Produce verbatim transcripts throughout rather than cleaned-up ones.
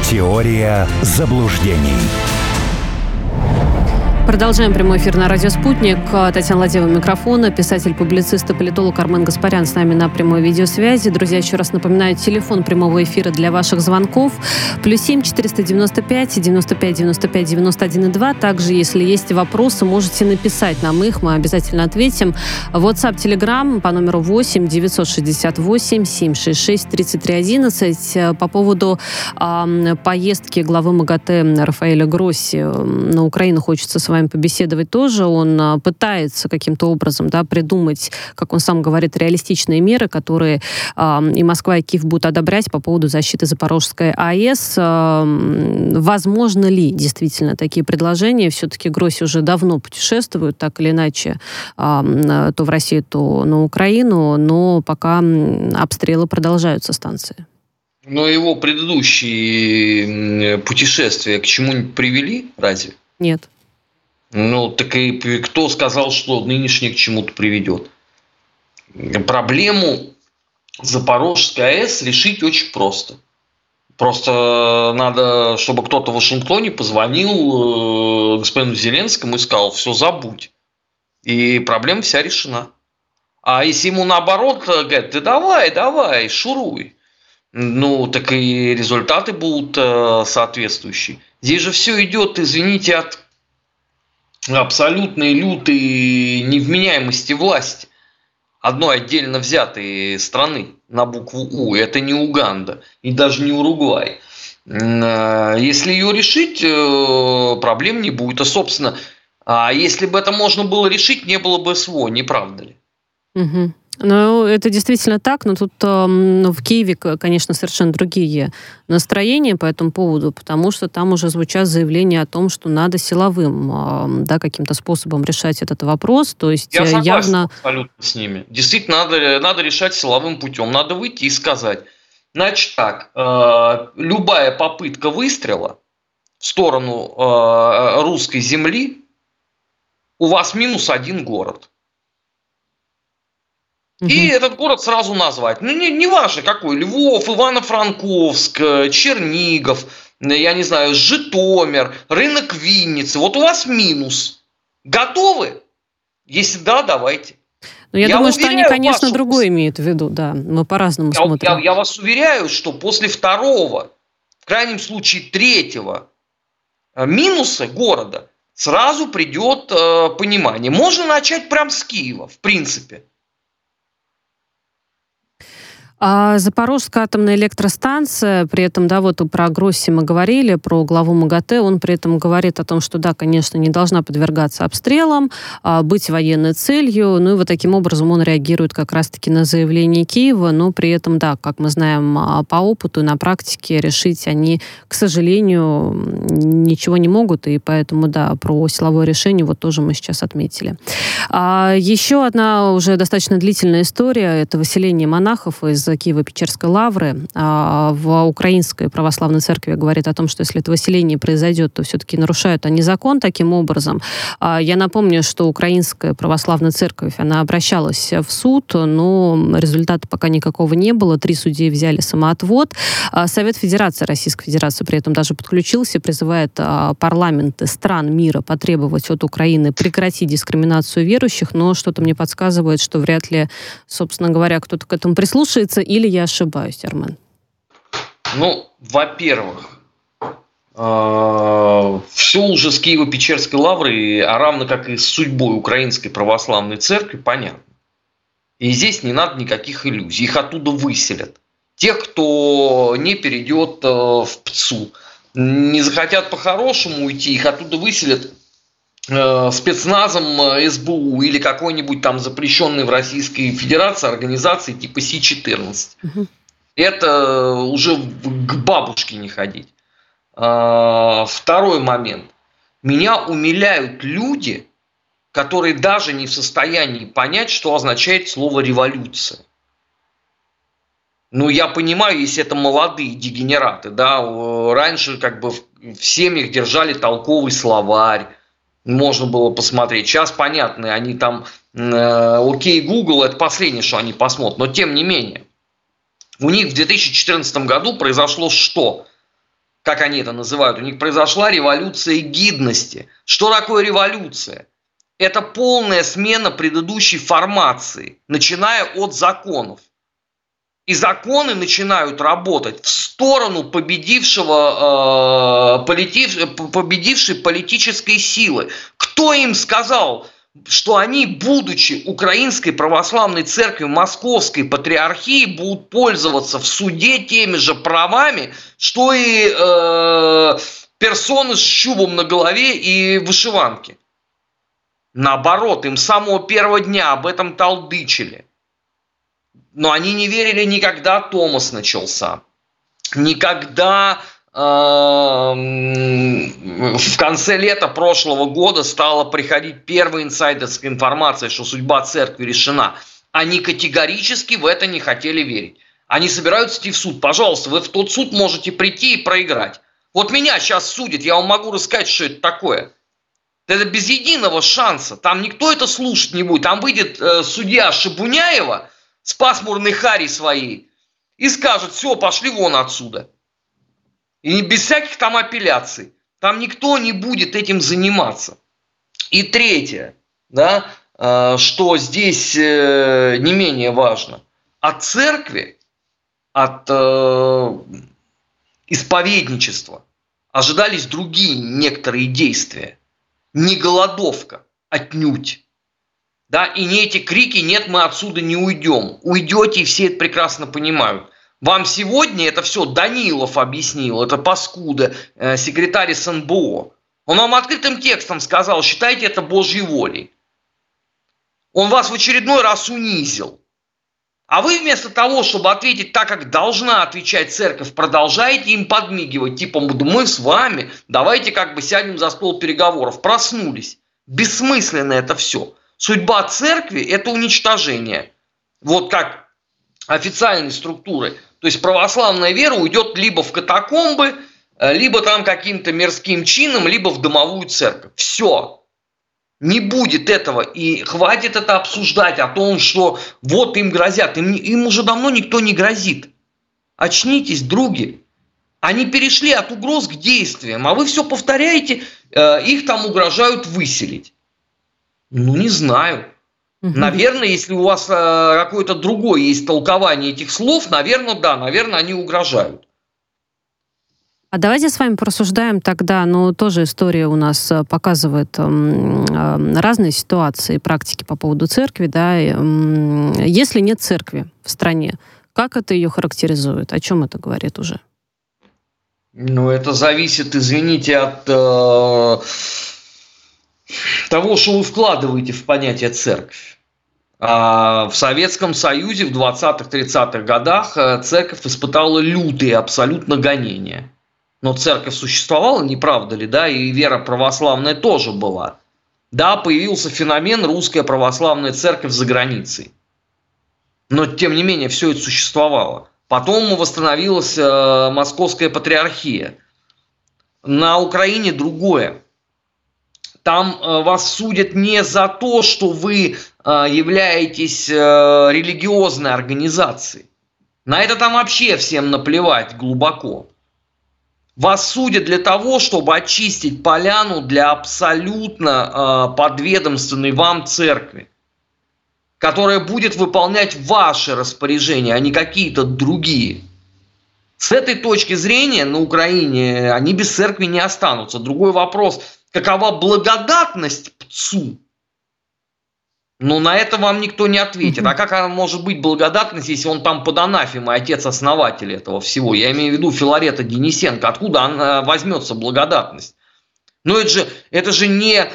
Теория заблуждений. Продолжаем прямой эфир на радио «Спутник». Татьяна Ладеева у микрофона, писатель-публицист и политолог Армен Гаспарян с нами на прямой видеосвязи. Друзья, еще раз напоминаю, телефон прямого эфира для ваших звонков. Плюс семь четыреста девяносто пять девяносто пять девяносто пять девяносто один и два. Также, если есть вопросы, можете написать нам их, мы обязательно ответим. WhatsApp, Telegram по номеру восемь девятьсот шестьдесят восемь семьсот шестьдесят шесть тридцать три одиннадцать. По поводу э, поездки главы МАГАТЭ Рафаэля Гросси на Украину хочется с вами побеседовать тоже. Он пытается каким-то образом, да, придумать, как он сам говорит, реалистичные меры, которые э, и Москва, и Киев будут одобрять по поводу защиты Запорожской АЭС. Э, возможно ли действительно такие предложения? Все-таки Гросси уже давно путешествует, так или иначе, э, то в Россию, то на Украину, но пока обстрелы продолжаются станции. Но его предыдущие путешествия к чему-нибудь привели, разве? Нет. Ну, так и кто сказал, что нынешний к чему-то приведет? Проблему Запорожской АЭС решить очень просто. Просто надо, чтобы кто-то в Вашингтоне позвонил господину Зеленскому и сказал: все, забудь. И проблема вся решена. А если ему наоборот говорят: ты давай, давай, шуруй, ну, так и результаты будут соответствующие. Здесь же все идет, извините, от абсолютной лютой невменяемости власти одной отдельно взятой страны на букву У. Это не Уганда и даже не Уругвай. Если ее решить, проблем не будет. А, собственно, если бы это можно было решить, не было бы СВО, не правда ли? Угу. Ну, это действительно так, но тут э, в Киеве, конечно, совершенно другие настроения по этому поводу, потому что там уже звучат заявления о том, что надо силовым, э, да, каким-то способом решать этот вопрос. То есть я согласен явно... абсолютно с ними. Действительно, надо, надо решать силовым путем. Надо выйти и сказать: значит так, э, любая попытка выстрела в сторону э, русской земли, у вас минус один город. И этот город сразу назвать. Ну, не, не важно какой. Львов, Ивано-Франковск, Чернигов, я не знаю, Житомир, рынок Винницы. Вот у вас минус. Готовы? Если да, давайте. Ну, я, я думаю, что они, конечно, вас, другое что... имеют в виду. Да, мы по-разному я, смотрим. Я, я вас уверяю, что после второго, в крайнем случае третьего минуса города сразу придет э, понимание. Можно начать прямо с Киева, в принципе. А Запорожская атомная электростанция, при этом, да, вот про Гросси мы говорили, про главу МАГАТЭ, он при этом говорит о том, что, да, конечно, не должна подвергаться обстрелам, а, быть военной целью, ну и вот таким образом он реагирует как раз-таки на заявление Киева, но при этом, да, как мы знаем по опыту и на практике, решить они, к сожалению, ничего не могут, и поэтому, да, про силовое решение вот тоже мы сейчас отметили. А, еще одна уже достаточно длительная история, это выселение монахов из Киево-Печерской лавры. В Украинской православной церкви говорит о том, что если это выселение произойдет, то все-таки нарушают они закон таким образом. Я напомню, что Украинская православная церковь, она обращалась в суд, но результата пока никакого не было. Три судьи взяли самоотвод. Совет Федерации, Российской Федерации при этом даже подключился, призывает парламенты стран мира потребовать от Украины прекратить дискриминацию верующих, но что-то мне подсказывает, что вряд ли, собственно говоря, кто-то к этому прислушается. Или я ошибаюсь, Армен? Ну, во-первых, все уже с Киево-Печерской лаврой, а равно как и с судьбой Украинской православной церкви, понятно. И здесь не надо никаких иллюзий. Их оттуда выселят. Тех, кто не перейдет в ПЦУ, не захотят по-хорошему уйти, их оттуда выселят спецназом СБУ или какой-нибудь там запрещенной в Российской Федерации организации типа Си четырнадцать. Угу. Это уже к бабушке не ходить. Второй момент. Меня умиляют люди, которые даже не в состоянии понять, что означает слово «революция». Ну, я понимаю, если это молодые дегенераты, да, раньше как бы в семьях держали толковый словарь, можно было посмотреть. Сейчас, понятно, они там, э, окей, Google, это последнее, что они посмотрят. Но, тем не менее, у них в две тысячи четырнадцатом году произошло что? как они это называют, у них произошла революция гидности. Что такое революция? Это полная смена предыдущей формации, начиная от законов. И законы начинают работать в сторону победившего, э, политив, победившей политической силы. Кто им сказал, что они, будучи Украинской Православной Церковью Московской Патриархии, будут пользоваться в суде теми же правами, что и э, персоны с шубом на голове и вышиванки? Наоборот, им с самого первого дня об этом толдычили. Но они не верили никогда Томос начался. Никогда э, в конце лета прошлого года стала приходить первая инсайдерская информация, что судьба церкви решена. Они категорически в это не хотели верить. Они собираются идти в суд. Пожалуйста, вы в тот суд можете прийти и проиграть. Вот меня сейчас судят, я вам могу рассказать, что это такое. Это без единого шанса. Там никто это слушать не будет. Там выйдет э, судья Шабуняева с пасмурной харей своей и скажет: все, пошли вон отсюда. И без всяких там апелляций. Там никто не будет этим заниматься. И третье, да, э, что здесь э, не менее важно. От церкви, от э, исповедничества ожидались другие некоторые действия. Не голодовка, отнюдь. Да, и не эти крики: нет, мы отсюда не уйдем. Уйдете, и все это прекрасно понимают. Вам сегодня это все Данилов объяснил, это паскуда, э, секретарь эс эн бэ о. Он вам открытым текстом сказал: считайте это Божьей волей. Он вас в очередной раз унизил. А вы вместо того, чтобы ответить так, как должна отвечать церковь, продолжаете им подмигивать, типа: мы с вами, давайте как бы сядем за стол переговоров. Проснулись. Бессмысленно это все. Судьба церкви – это уничтожение. Вот как официальной структуры. То есть православная вера уйдет либо в катакомбы, либо там каким-то мирским чином, либо в домовую церковь. Все. Не будет этого. И хватит это обсуждать о том, что вот им грозят. Им, им уже давно никто не грозит. Очнитесь, други. Они перешли от угроз к действиям, а вы все повторяете, э, их там угрожают выселить. Ну, не знаю. Угу. Наверное, если у вас э, какое-то другое есть толкование этих слов, наверное, да, наверное, они угрожают. А давайте с вами порассуждаем тогда, ну, тоже история у нас показывает э, э, разные ситуации, практики по поводу церкви, да. Э, э, если нет церкви в стране, как это ее характеризует? О чем это говорит уже? Ну, это зависит, извините, от э, того, что вы вкладываете в понятие церковь. А в Советском Союзе в двадцатых-тридцатых годах церковь испытала лютые абсолютно гонения. Но церковь существовала, не правда ли, да, и вера православная тоже была. Да, появился феномен русская православная церковь за границей. Но, тем не менее, все это существовало. Потом восстановилась э, Московская Патриархия. На Украине другое. Там э, вас судят не за то, что вы э, являетесь э, религиозной организацией. На это там вообще всем наплевать глубоко. Вас судят для того, чтобы очистить поляну для абсолютно э, подведомственной вам церкви, которая будет выполнять ваши распоряжения, а не какие-то другие. С этой точки зрения на Украине они без церкви не останутся. Другой вопрос, какова благодатность ПЦУ? Ну, на это вам никто не ответит. А как она может быть благодатность, если он там под анафемой, отец-основатель этого всего? Я имею в виду Филарета Денисенко. Откуда она возьмется благодатность? Ну, это же, это же не, э,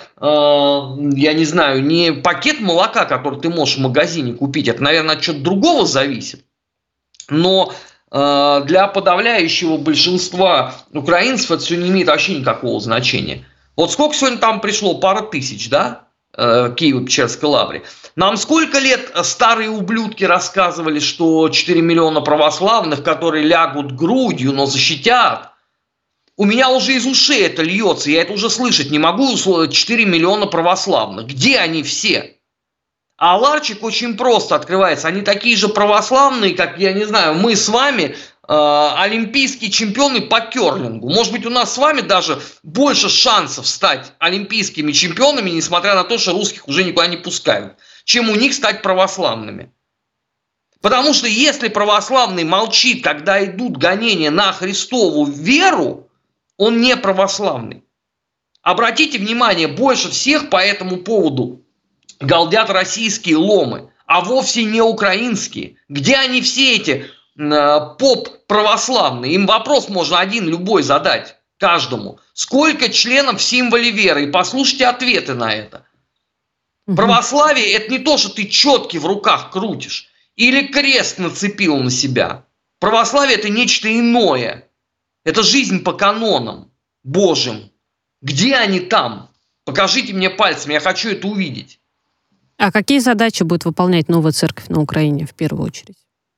я не знаю, не пакет молока, который ты можешь в магазине купить. Это, наверное, от чего-то другого зависит. Но э, для подавляющего большинства украинцев это все не имеет вообще никакого значения. Вот сколько сегодня там пришло? Пара тысяч, да? Киево-Печерской лавре. Нам сколько лет старые ублюдки рассказывали, что четыре миллиона православных, которые лягут грудью, но защитят. У меня уже из ушей это льется, я это уже слышать не могу. четыре миллиона православных. Где они все? А ларчик очень просто открывается. Они такие же православные, как, я не знаю, мы с вами, олимпийские чемпионы по керлингу. Может быть, у нас с вами даже больше шансов стать олимпийскими чемпионами, несмотря на то, что русских уже никуда не пускают, чем у них стать православными. Потому что если православный молчит, когда идут гонения на Христову веру, он не православный. Обратите внимание, больше всех по этому поводу галдят российские ломы, а вовсе не украинские. Где они все эти э, поп-православные? Им вопрос можно один любой задать, каждому. Сколько членов в символе веры? И послушайте ответы на это. Угу. Православие – это не то, что ты четки в руках крутишь или крест нацепил на себя. Православие – это нечто иное. Это жизнь по канонам Божьим. Где они там? Покажите мне пальцем, я хочу это увидеть. А какие задачи будет выполнять новая церковь на Украине в первую очередь?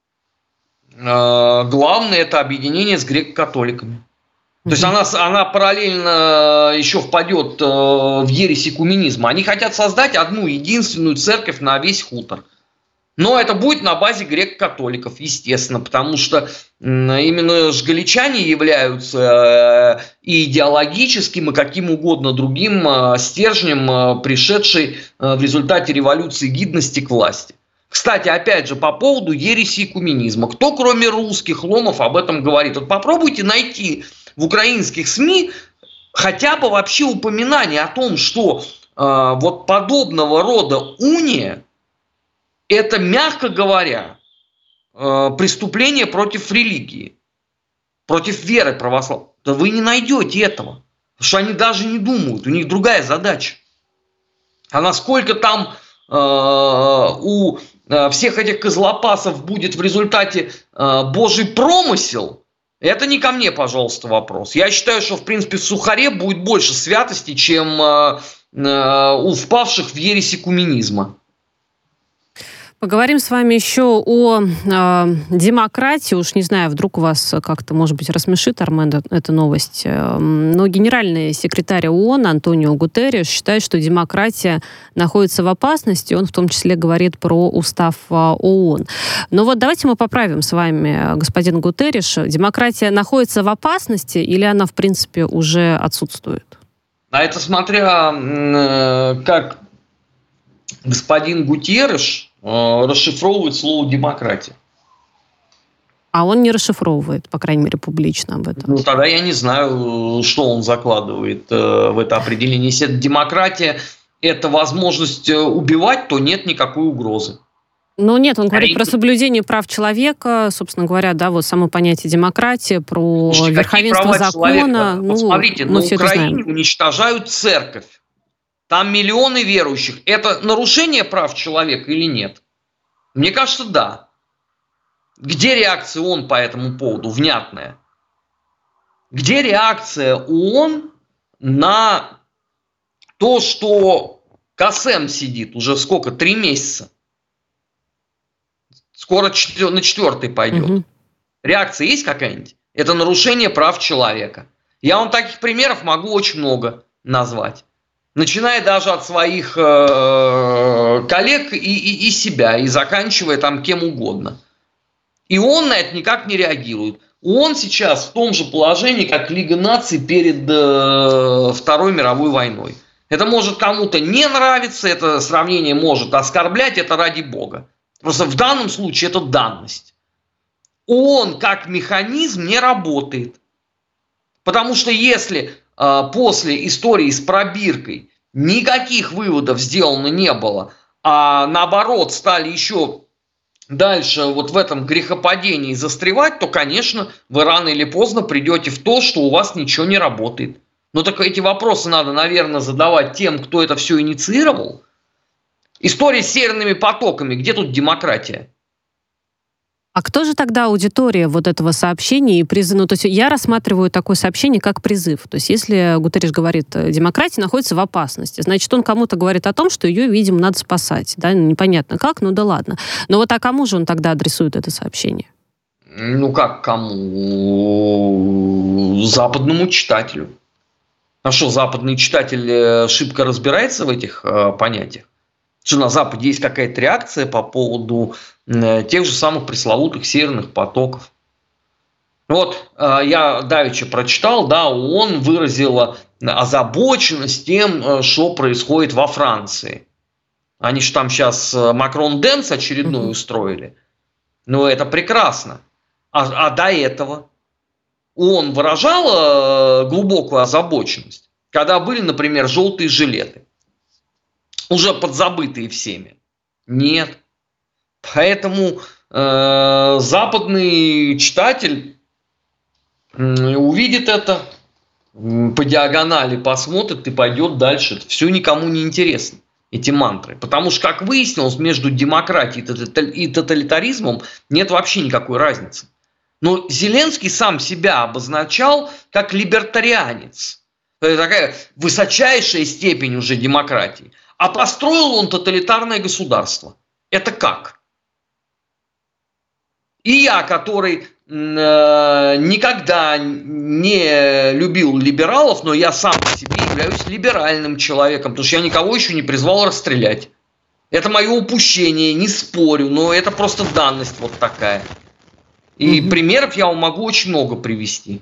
Главное – это объединение с греко-католиками. То есть она, она параллельно еще впадет в ересь экуменизма. Они хотят создать одну единственную церковь на весь хутор. Но это будет на базе греко-католиков, естественно, потому что именно ж галичане являются и идеологическим, и каким угодно другим стержнем, пришедшей в результате революции гидности к власти. Кстати, опять же, по поводу ереси экуменизма. Кто, кроме русских ломов, об этом говорит? Вот попробуйте найти в украинских СМИ хотя бы вообще упоминание о том, что э, вот подобного рода уния – это, мягко говоря, э, преступление против религии, против веры православной. Да вы не найдете этого, потому что они даже не думают, у них другая задача. А насколько там э, у э, всех этих козлопасов будет в результате э, Божий промысел, это не ко мне, пожалуйста, вопрос. Я считаю, что, в принципе, в Сухаре будет больше святости, чем э, э, у впавших в ересь экуменизма. Поговорим с вами еще о э, демократии. Уж не знаю, вдруг вас как-то, может быть, рассмешит, Армен, эта новость. Но генеральный секретарь ООН Антонио Гутерриш считает, что демократия находится в опасности. Он в том числе говорит про устав ООН. Но вот давайте мы поправим с вами, господин Гутерриш. Демократия находится в опасности или она, в принципе, уже отсутствует? А это смотря как господин Гутерриш расшифровывает слово «демократия». А он не расшифровывает, по крайней мере, публично об этом. Ну, тогда я не знаю, что он закладывает в это определение. Если это демократия, это возможность убивать, то нет никакой угрозы. Ну нет, он говорит а про соблюдение прав человека, собственно говоря, да, вот само понятие демократии, про Слушайте, верховенство закона. Ну, вот смотрите, на Украине уничтожают церковь. Там миллионы верующих. Это нарушение прав человека или нет? Мне кажется, да. Где реакция ООН по этому поводу? Внятная. Где реакция ООН на то, что Касем сидит уже сколько? Три месяца. Скоро четвер... на четвертый пойдет. Угу. Реакция есть какая-нибудь? Это нарушение прав человека. Я вам таких примеров могу очень много назвать. Начиная даже от своих э, коллег и, и, и себя, и заканчивая там кем угодно. И он на это никак не реагирует. Он сейчас в том же положении, как Лига наций перед э, Второй мировой войной. Это может кому-то не нравиться, это сравнение может оскорблять, это ради бога. Просто в данном случае это данность. ООН как механизм не работает. Потому что если после истории с пробиркой никаких выводов сделано не было, а наоборот стали еще дальше вот в этом грехопадении застревать, то, конечно, вы рано или поздно придете в то, что у вас ничего не работает. Но так эти вопросы надо, наверное, задавать тем, кто это все инициировал. История с северными потоками, где тут демократия? А кто же тогда аудитория вот этого сообщения и призыва? Ну, то есть я рассматриваю такое сообщение как призыв. То есть если Гутерриш говорит, демократия находится в опасности, значит, он кому-то говорит о том, что ее, видимо, надо спасать. Да? Непонятно как, ну да ладно. Но вот а кому же он тогда адресует это сообщение? Ну как кому? Западному читателю. А что, западный читатель шибко разбирается в этих э, понятиях? Что на Западе есть какая-то реакция по поводу э, тех же самых пресловутых северных потоков. Вот я давеча прочитал, да, ООН выразила озабоченность тем, что происходит во Франции. Они же там сейчас Макрон-Дэнс очередной устроили. Ну, это прекрасно. А, а до этого ООН выражала глубокую озабоченность, когда были, например, желтые жилеты, уже подзабытые всеми. Нет. Поэтому э, западный читатель э, увидит это, э, по диагонали посмотрит и пойдет дальше. Это все никому не интересно, эти мантры. Потому что, как выяснилось, между демократией и тоталитаризмом нет вообще никакой разницы. Но Зеленский сам себя обозначал как либертарианец. Это такая высочайшая степень уже демократии. А построил он тоталитарное государство. Это как? И я, который э, никогда не любил либералов, но я сам по себе являюсь либеральным человеком, потому что я никого еще не призвал расстрелять. Это мое упущение, не спорю, но это просто данность вот такая. И mm-hmm. примеров я вам могу очень много привести.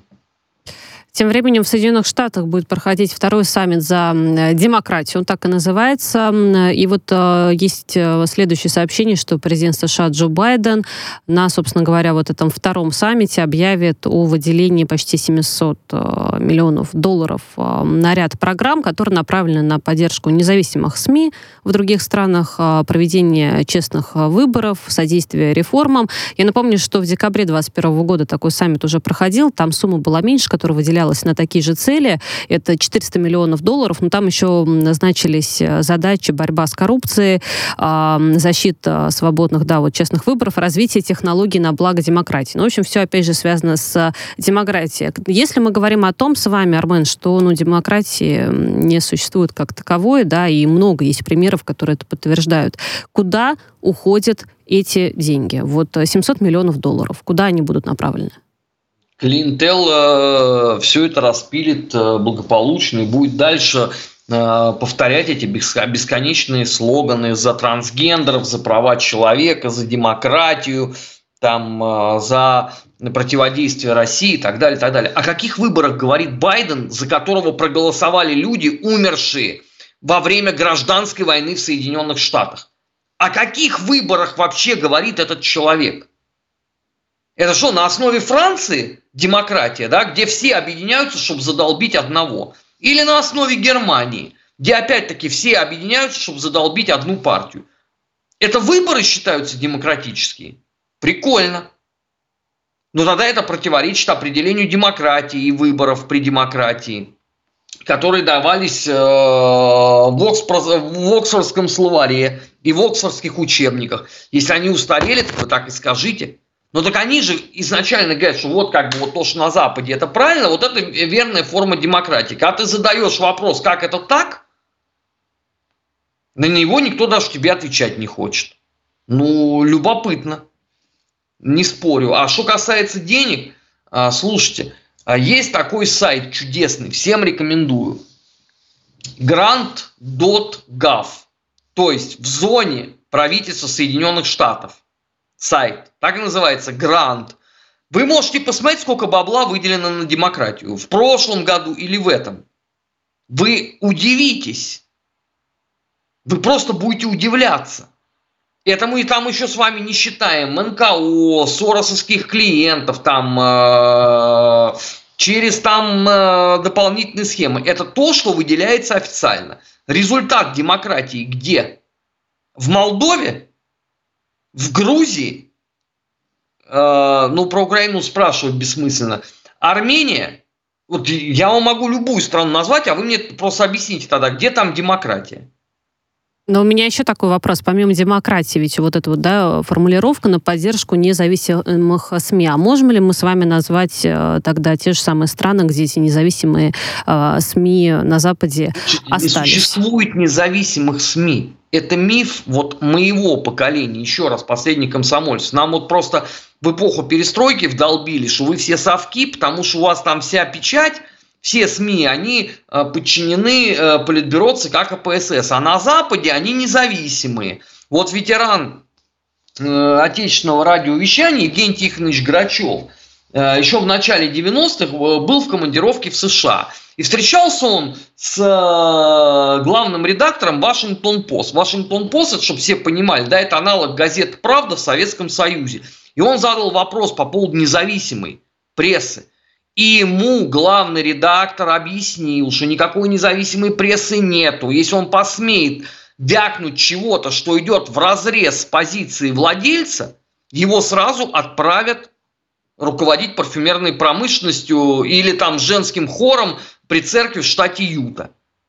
Тем временем в Соединенных Штатах будет проходить второй саммит за демократию, он так и называется. И вот э, есть следующее сообщение, что президент США Джо Байден на, собственно говоря, вот этом втором саммите объявит о выделении почти семьсот миллионов долларов на ряд программ, которые направлены на поддержку независимых СМИ в других странах, проведение честных выборов, содействие реформам. Я напомню, что в декабре двадцать первого года такой саммит уже проходил, там сумма была меньше, которая выделялась на такие же цели. Это четыреста миллионов долларов, но там еще значились задачи борьба с коррупцией, защита свободных, да, вот честных выборов, развитие технологий на благо демократии. Ну, в общем, все, опять же, связано с демократией. Если мы говорим о том с вами, Армен, что, ну, демократии не существует как таковой, да, и много есть примеров, которые это подтверждают. Куда уходят эти деньги? Вот семьсот миллионов долларов. Куда они будут направлены? Клиентел э, все это распилит э, благополучно и будет дальше э, повторять эти бесконечные слоганы за трансгендеров, за права человека, за демократию, там, э, за противодействие России и так далее, и так далее. О каких выборах говорит Байден, за которого проголосовали люди, умершие во время гражданской войны в Соединенных Штатах? О каких выборах вообще говорит этот человек? Это что, на основе Франции демократия, да, где все объединяются, чтобы задолбить одного? Или на основе Германии, где опять-таки все объединяются, чтобы задолбить одну партию? Это выборы считаются демократические? Прикольно. Но тогда это противоречит определению демократии и выборов при демократии, которые давались э, в, Оксфорд, в Оксфордском словаре и в оксфордских учебниках. Если они устарели, то вы так и скажите. Но так они же изначально говорят, что вот как бы вот то, что на Западе это правильно, вот это верная форма демократии. Когда ты задаешь вопрос, как это так, на него никто даже тебе отвечать не хочет. Ну, любопытно. Не спорю. А что касается денег, слушайте, есть такой сайт чудесный, всем рекомендую. грант точка гав, то есть в зоне правительства Соединенных Штатов. Сайт, так и называется, грант. Вы можете посмотреть, сколько бабла выделено на демократию в прошлом году или в этом. Вы удивитесь. Вы просто будете удивляться. Это мы там еще с вами не считаем эн ка о, соросовских клиентов, там, э, через там э, дополнительные схемы. Это то, что выделяется официально. Результат демократии где? В Молдове? В Грузии, э, ну, про Украину спрашивать бессмысленно. Армения, вот я вам могу любую страну назвать, а вы мне просто объясните тогда, где там демократия. Но у меня еще такой вопрос. Помимо демократии, ведь вот эта вот, да, формулировка на поддержку независимых СМИ. А можем ли мы с вами назвать э, тогда те же самые страны, где эти независимые э, СМИ на Западе остались? Не существует независимых СМИ. Это миф вот моего поколения, еще раз, последний комсомольцев. Нам вот просто в эпоху перестройки вдолбили, что вы все совки, потому что у вас там вся печать, все СМИ, они подчинены политбюро ЦК ка пэ эс эс, а на Западе они независимые. Вот ветеран э, отечественного радиовещания Евгений Тихонович Грачев еще в начале девяностых был в командировке в США. И встречался он с главным редактором «Вашингтон-Пост». «Вашингтон-Пост», это, чтобы все понимали, да, это аналог газеты «Правда» в Советском Союзе. И он задал вопрос по поводу независимой прессы. И ему главный редактор объяснил, что никакой независимой прессы нету. Если он посмеет вякнуть чего-то, что идет вразрез с позицией владельца, его сразу отправят руководить парфюмерной промышленностью или там женским хором при церкви в штате Юта.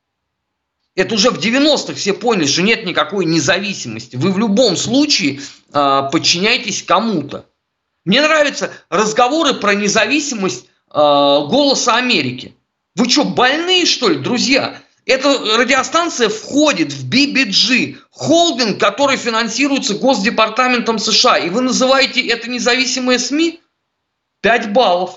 Это уже в девяностых все поняли, что нет никакой независимости. Вы в любом случае э, подчиняетесь кому-то. Мне нравятся разговоры про независимость э, «Голоса Америки». Вы что, больные, что ли, друзья? Эта радиостанция входит в би би джи, холдинг, который финансируется Госдепартаментом США. И вы называете это независимые СМИ? Пять баллов.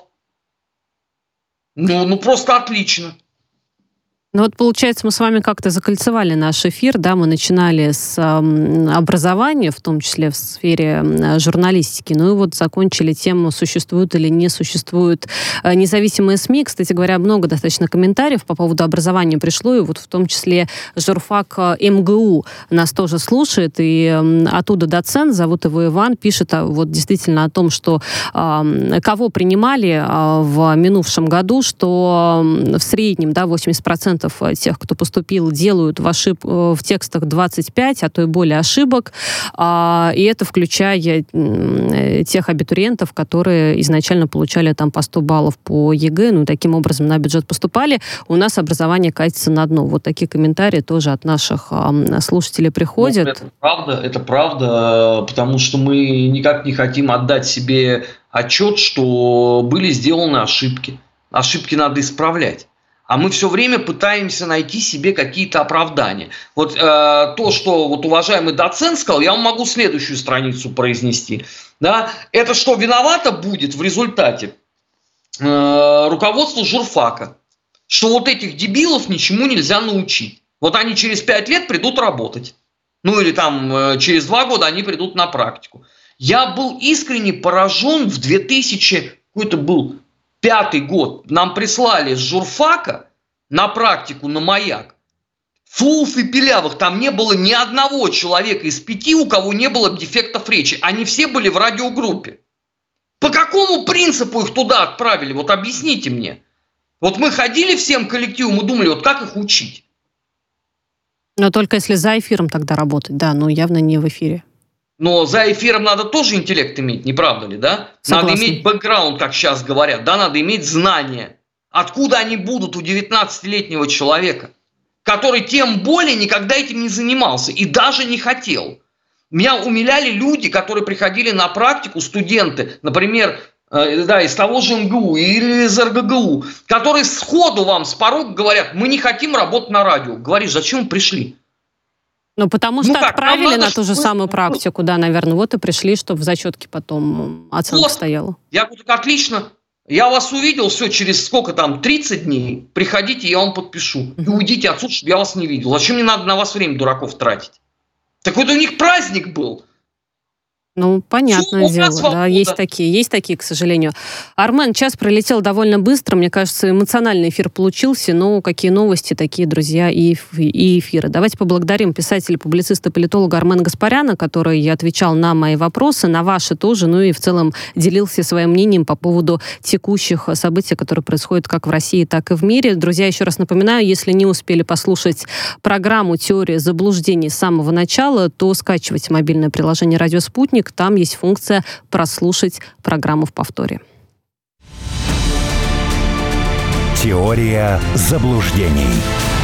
Ну, ну просто отлично. Ну вот, получается, мы с вами как-то закольцевали наш эфир, да, мы начинали с э, образования, в том числе в сфере э, журналистики, ну и вот закончили тему, существуют или не существуют э, независимые СМИ. Кстати говоря, много достаточно комментариев по поводу образования пришло, и вот в том числе журфак эм гэ у нас тоже слушает, и э, оттуда доцент, зовут его Иван, пишет а, вот действительно о том, что э, кого принимали э, в минувшем году, что э, в среднем, да, восемьдесят процентов тех, кто поступил, делают в, ошиб... в текстах двадцать пять, а то и более ошибок. И это включая тех абитуриентов, которые изначально получали там по сто баллов по ЕГЭ, ну, таким образом на бюджет поступали. У нас образование катится на дно. Вот такие комментарии тоже от наших слушателей приходят. Ну, это правда, это правда, потому что мы никак не хотим отдать себе отчет, что были сделаны ошибки. Ошибки надо исправлять. А мы все время пытаемся найти себе какие-то оправдания. Вот э, то, что вот уважаемый доцент сказал, я вам могу следующую страницу произнести. Да? Это что виновато будет в результате э, руководство журфака, что вот этих дебилов ничему нельзя научить. Вот они через пять лет придут работать. Ну или там э, через два года они придут на практику. Я был искренне поражен в две тысячи, какой-то был пятый год, нам прислали с журфака на практику на Маяк фулов и пилявых, там не было ни одного человека из пяти, у кого не было дефектов речи. Они все были в радиогруппе. По какому принципу их туда отправили? Вот объясните мне. Вот мы ходили всем коллективом, мы думали, вот как их учить? Но только если за эфиром тогда работать, да, но явно не в эфире. Но за эфиром надо тоже интеллект иметь, не правда ли, да? Согласна. Надо иметь бэкграунд, как сейчас говорят, да, надо иметь знания. Откуда они будут у девятнадцатилетнего человека, который тем более никогда этим не занимался и даже не хотел? Меня умиляли люди, которые приходили на практику, студенты, например, э, да, из того же эм гэ у или из эр гэ гэ у, которые сходу вам с порога говорят, мы не хотим работать на радио. Говоришь, зачем вы пришли? Ну, потому что ну, так, отправили на ту же что... самую практику, да, наверное, вот и пришли, чтобы в зачетке потом оценка вот. Стояла. Я говорю, отлично, я вас увидел, все, через сколько там, тридцать дней, приходите, я вам подпишу. Uh-huh. И уйдите отсюда, чтобы я вас не видел. Зачем мне надо на вас время, дураков, тратить? Так вот у них праздник был. Ну, понятное дело, да, есть такие, есть такие, к сожалению. Армен, час пролетел довольно быстро, мне кажется, эмоциональный эфир получился, но какие новости, такие, друзья, и, и эфиры. Давайте поблагодарим писателя, публициста, политолога Армена Гаспаряна, который отвечал на мои вопросы, на ваши тоже, ну и в целом делился своим мнением по поводу текущих событий, которые происходят как в России, так и в мире. Друзья, еще раз напоминаю, если не успели послушать программу «Теория заблуждений» с самого начала, то скачивайте мобильное приложение «Радио Спутник», там есть функция прослушать программу в повторе. Теория заблуждений.